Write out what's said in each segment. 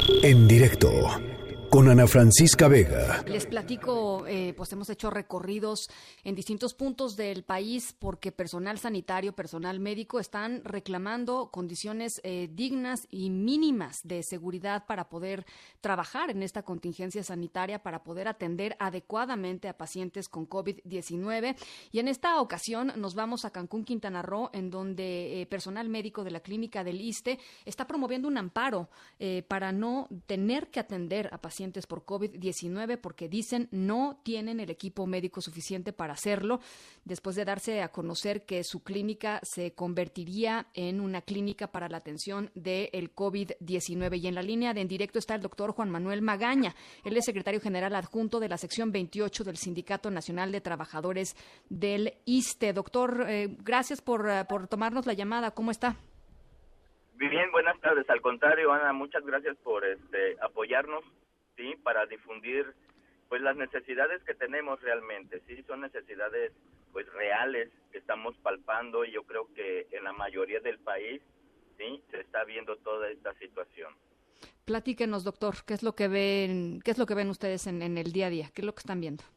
En directo con Ana Francisca Vega. Les platico, pues hemos hecho recorridos en distintos puntos del país porque personal sanitario, personal médico están reclamando condiciones dignas y mínimas de seguridad para poder trabajar en esta contingencia sanitaria, para poder atender adecuadamente a pacientes con COVID-19. Y en esta ocasión nos vamos a Cancún, Quintana Roo, en donde personal médico de la clínica del ISSSTE está promoviendo un amparo para no tener que atender a pacientes por COVID-19 porque dicen no tienen el equipo médico suficiente para hacerlo, después de darse a conocer que su clínica se convertiría en una clínica para la atención del COVID-19. Y en la línea de en directo está el doctor Juan Manuel Magaña. Él es secretario general adjunto de la sección 28 del Sindicato Nacional de Trabajadores del ISSSTE. Doctor, gracias por tomarnos la llamada. ¿Cómo está? Bien, buenas tardes. Al contrario, Ana, muchas gracias por apoyarnos, sí, para difundir pues las necesidades que tenemos realmente. Sí, son necesidades pues reales que estamos palpando y yo creo que en la mayoría del país, sí, se está viendo toda esta situación. Platíquenos, doctor, ¿qué es lo que ven ustedes en el día a día? ¿Qué es lo que están viendo?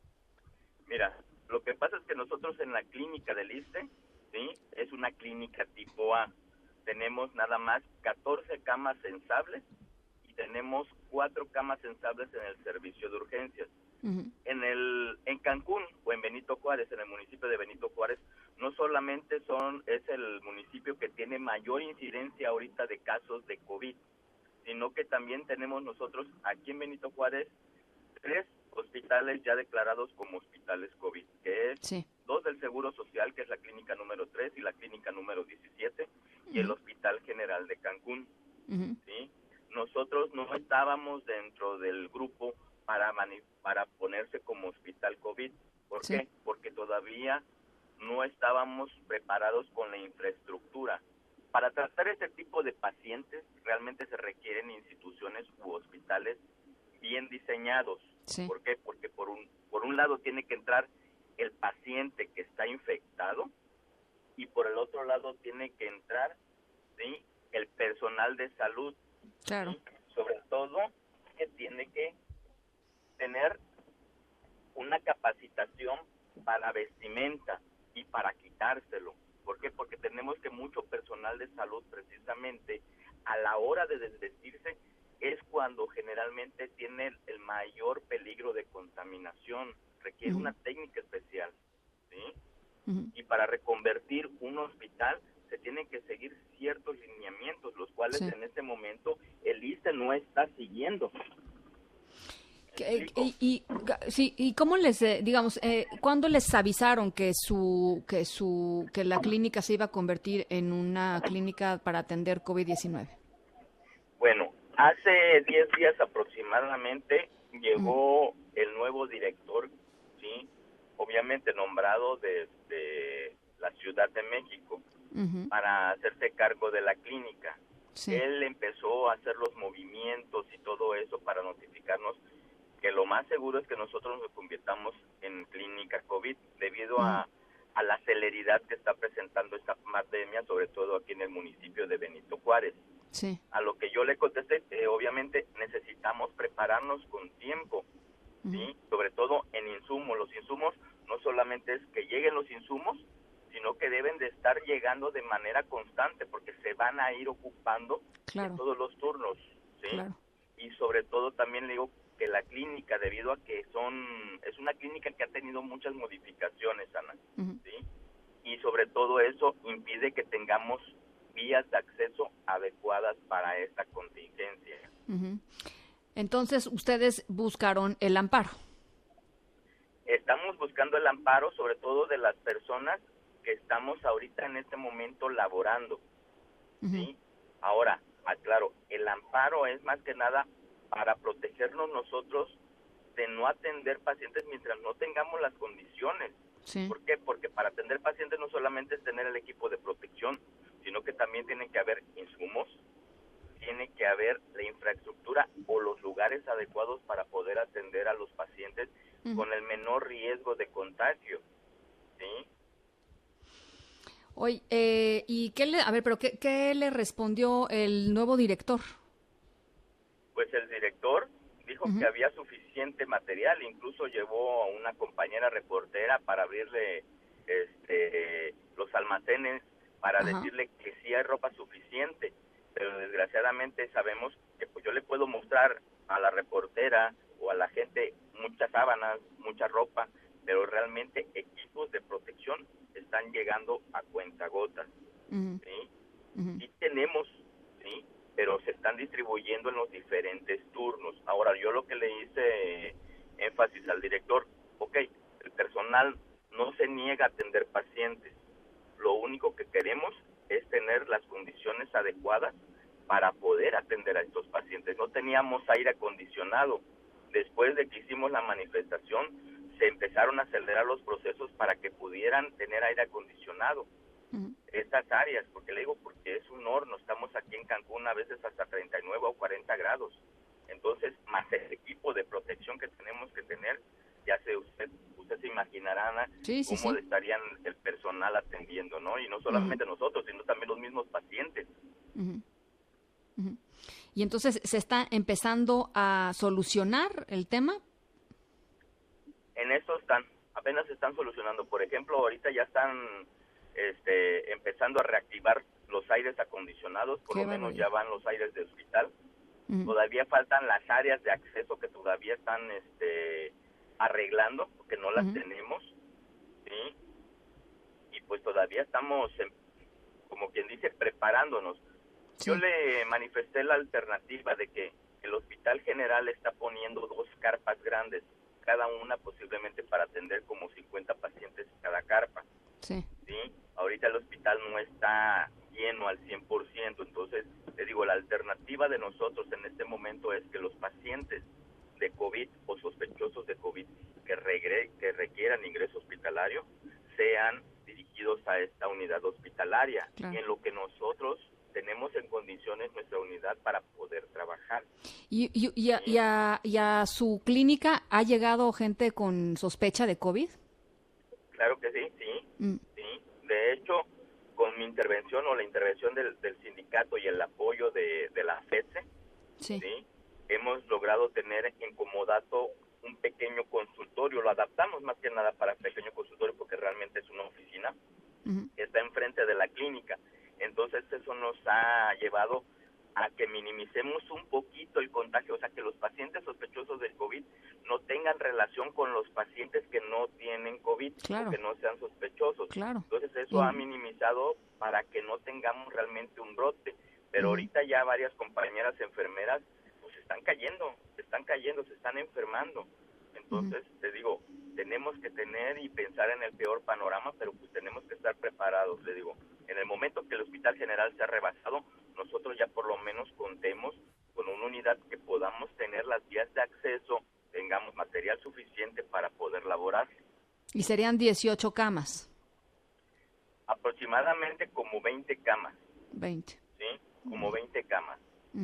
Mira, lo que pasa es que nosotros en la clínica del ISSSTE, sí, es una clínica tipo A. Tenemos nada más 14 camas sensables y tenemos 4 camas sensables en el servicio de urgencias. Uh-huh. En Cancún o en Benito Juárez, en el municipio de Benito Juárez, no solamente es el municipio que tiene mayor incidencia ahorita de casos de COVID, sino que también tenemos nosotros aquí en Benito Juárez 3 hospitales ya declarados como hospitales COVID, que es 2 del Seguro Social, que es la clínica número 3 y la clínica número 17, y el Hospital General de Cancún. Uh-huh. ¿Sí? Nosotros no estábamos dentro del grupo para ponerse como hospital COVID. ¿Por qué? Porque todavía no estábamos preparados con la infraestructura. Para tratar este tipo de pacientes realmente se requieren instituciones u hospitales bien diseñados. Sí. ¿Por qué? Porque por un lado tiene que entrar el paciente que está infectado y por el otro lado tiene que entrar, ¿sí?, el personal de salud. Claro. ¿Sí? Sobre todo que tiene que tener una capacitación para vestimenta y para quitárselo. ¿Por qué? Porque tenemos que mucho personal de salud precisamente a la hora de desvestirse es cuando generalmente tiene el mayor peligro de contaminación, requiere una técnica especial, ¿sí? Y para reconvertir un hospital se tienen que seguir ciertos lineamientos, los cuales en este momento el ISSSTE no está siguiendo. ¿Y cómo les, cuándo les avisaron que la clínica se iba a convertir en una clínica para atender COVID-19? Bueno, hace 10 días aproximadamente llegó el nuevo director, sí, obviamente nombrado desde la Ciudad de México, para hacerse cargo de la clínica. Sí. Él empezó a hacer los movimientos y todo eso para notificarnos que lo más seguro es que nosotros nos convirtamos en clínica COVID debido a la celeridad que está presentando esta pandemia, sobre todo aquí en el municipio de Benito Juárez. Sí. A lo que yo le contesté, obviamente necesitamos prepararnos con tiempo, ¿sí? Sobre todo en insumos. Los insumos no solamente es que lleguen los insumos, sino que deben de estar llegando de manera constante porque se van a ir ocupando en todos los turnos, ¿sí? Claro. Y sobre todo también le digo que la clínica, debido a que es una clínica que ha tenido muchas modificaciones, Ana, ¿sí? Y sobre todo eso impide que tengamos vías de acceso adecuadas para esta contingencia. Entonces, ustedes buscaron el amparo. Estamos buscando el amparo, sobre todo de las personas que estamos ahorita en este momento laborando, ¿sí? Ahora, aclaro, el amparo es más que nada para protegernos nosotros de no atender pacientes mientras no tengamos las condiciones. Sí. ¿Por qué? Porque para atender pacientes no solamente es tener el equipo de protección, sino que también tienen que haber insumos, tiene que haber la infraestructura o los lugares adecuados para poder atender a los pacientes con el menor riesgo de contagio, ¿sí? Oye, ¿y qué le respondió el nuevo director? el director dijo que había suficiente material, incluso llevó a una compañera reportera para abrirle los almacenes para decirle que sí hay ropa suficiente, pero desgraciadamente sabemos que pues yo le puedo mostrar a la reportera o a la gente muchas sábanas, mucha ropa, pero realmente equipos de protección están llegando a cuentagotas, ¿sí? Sí tenemos, ¿sí? Pero se están distribuyendo en los diferentes turnos. Ahora, yo lo que le hice énfasis al director, el personal no se niega a atender pacientes. Lo único que queremos es tener las condiciones adecuadas para poder atender a estos pacientes. No teníamos aire acondicionado. Después de que hicimos la manifestación, se empezaron a acelerar los procesos para que pudieran tener aire acondicionado. Estas áreas, porque es un horno, estamos aquí en Cancún a veces hasta 39 o 40 grados. Entonces, más el equipo de protección que tenemos que tener, ya sé usted se imaginará, Ana, cómo estarían el personal atendiendo, ¿no? Y no solamente nosotros, sino también los mismos pacientes. Y entonces, ¿se está empezando a solucionar el tema? En eso apenas están solucionando. Por ejemplo, ahorita ya están empezando a reactivar los aires acondicionados, por lo menos ya van los aires de hospital. Todavía faltan las áreas de acceso que todavía están arreglando, porque no las tenemos, ¿sí? Y pues todavía estamos, como quien dice, preparándonos. Sí. Yo le manifesté la alternativa de que el Hospital General está poniendo 2 carpas grandes, cada una posiblemente para atender como 50 pacientes cada carpa. Sí. Ahorita el hospital no está lleno al 100%, entonces, te digo, la alternativa de nosotros en este momento es que los pacientes de COVID o sospechosos de COVID que requieran ingreso hospitalario sean dirigidos a esta unidad hospitalaria, en lo que nosotros tenemos en condiciones nuestra unidad para poder trabajar. ¿Y a su clínica ha llegado gente con sospecha de COVID? Claro que sí. De hecho, con mi intervención o la intervención del sindicato y el apoyo de la FEDSE, ¿sí? Hemos logrado tener en comodato un pequeño consultorio. Lo adaptamos más que nada para pequeño consultorio porque realmente es una oficina que está enfrente de la clínica. Entonces eso nos ha llevado a que minimicemos un poquito el contagio, o sea, que los pacientes sospechosos del COVID no tengan relación con los pacientes que no tienen COVID, o que no sean sospechosos. Entonces eso ha minimizado para que no tengamos realmente un brote. Pero ahorita ya varias compañeras enfermeras pues están cayendo, se están enfermando. Entonces, te digo, tenemos que tener y pensar en el peor panorama, pero pues tenemos que estar preparados, le digo. En el momento que el Hospital General se ha rebasado, nosotros ya por lo menos contemos con una unidad que podamos tener las vías de acceso, tengamos material suficiente para poder laborar. ¿Y serían 18 camas? Aproximadamente como 20 camas. 20. Sí, como 20 camas.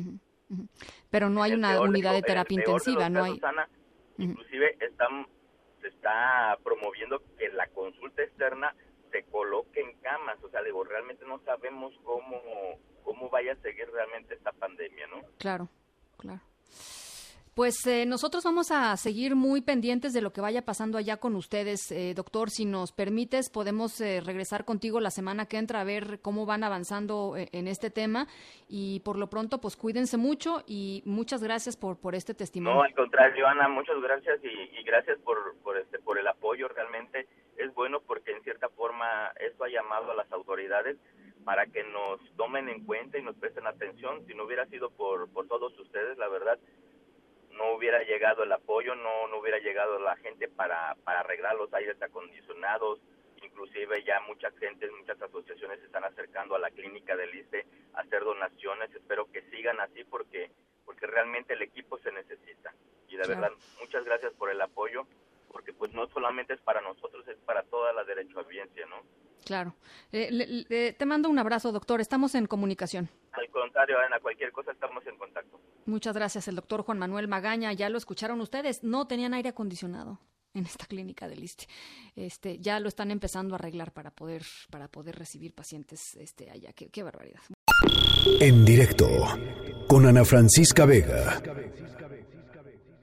Pero no hay una unidad de terapia intensiva, no hay. Ana, inclusive se está promoviendo que la consulta externa se coloque en camas, o sea, digo, realmente no sabemos cómo vaya a seguir realmente esta pandemia, ¿no? Claro. Pues nosotros vamos a seguir muy pendientes de lo que vaya pasando allá con ustedes, doctor. Si nos permites, podemos regresar contigo la semana que entra a ver cómo van avanzando en este tema. Y por lo pronto, pues cuídense mucho y muchas gracias por este testimonio. No, al contrario, Ana, muchas gracias y gracias por el apoyo. Realmente es bueno porque en cierta forma esto ha llamado a las autoridades para que nos tomen en cuenta y nos presten atención. Si no hubiera sido por todos ustedes, la verdad, no hubiera llegado el apoyo, no hubiera llegado la gente para arreglar los aires acondicionados. Inclusive ya muchas asociaciones se están acercando a la clínica del ISSSTE a hacer donaciones. Espero que sigan así porque realmente el equipo se necesita. Y de verdad, muchas gracias por el apoyo, porque pues no solamente es para nosotros, es para toda la derechohabiencia, ¿no? Claro. Te mando un abrazo, doctor. Estamos en comunicación. Al contrario, Ana, cualquier cosa estamos en contacto. Muchas gracias, el doctor Juan Manuel Magaña. Ya lo escucharon ustedes, no tenían aire acondicionado en esta clínica del ISSSTE. Ya lo están empezando a arreglar para poder recibir pacientes allá. Qué barbaridad. En directo con Ana Francisca Vega.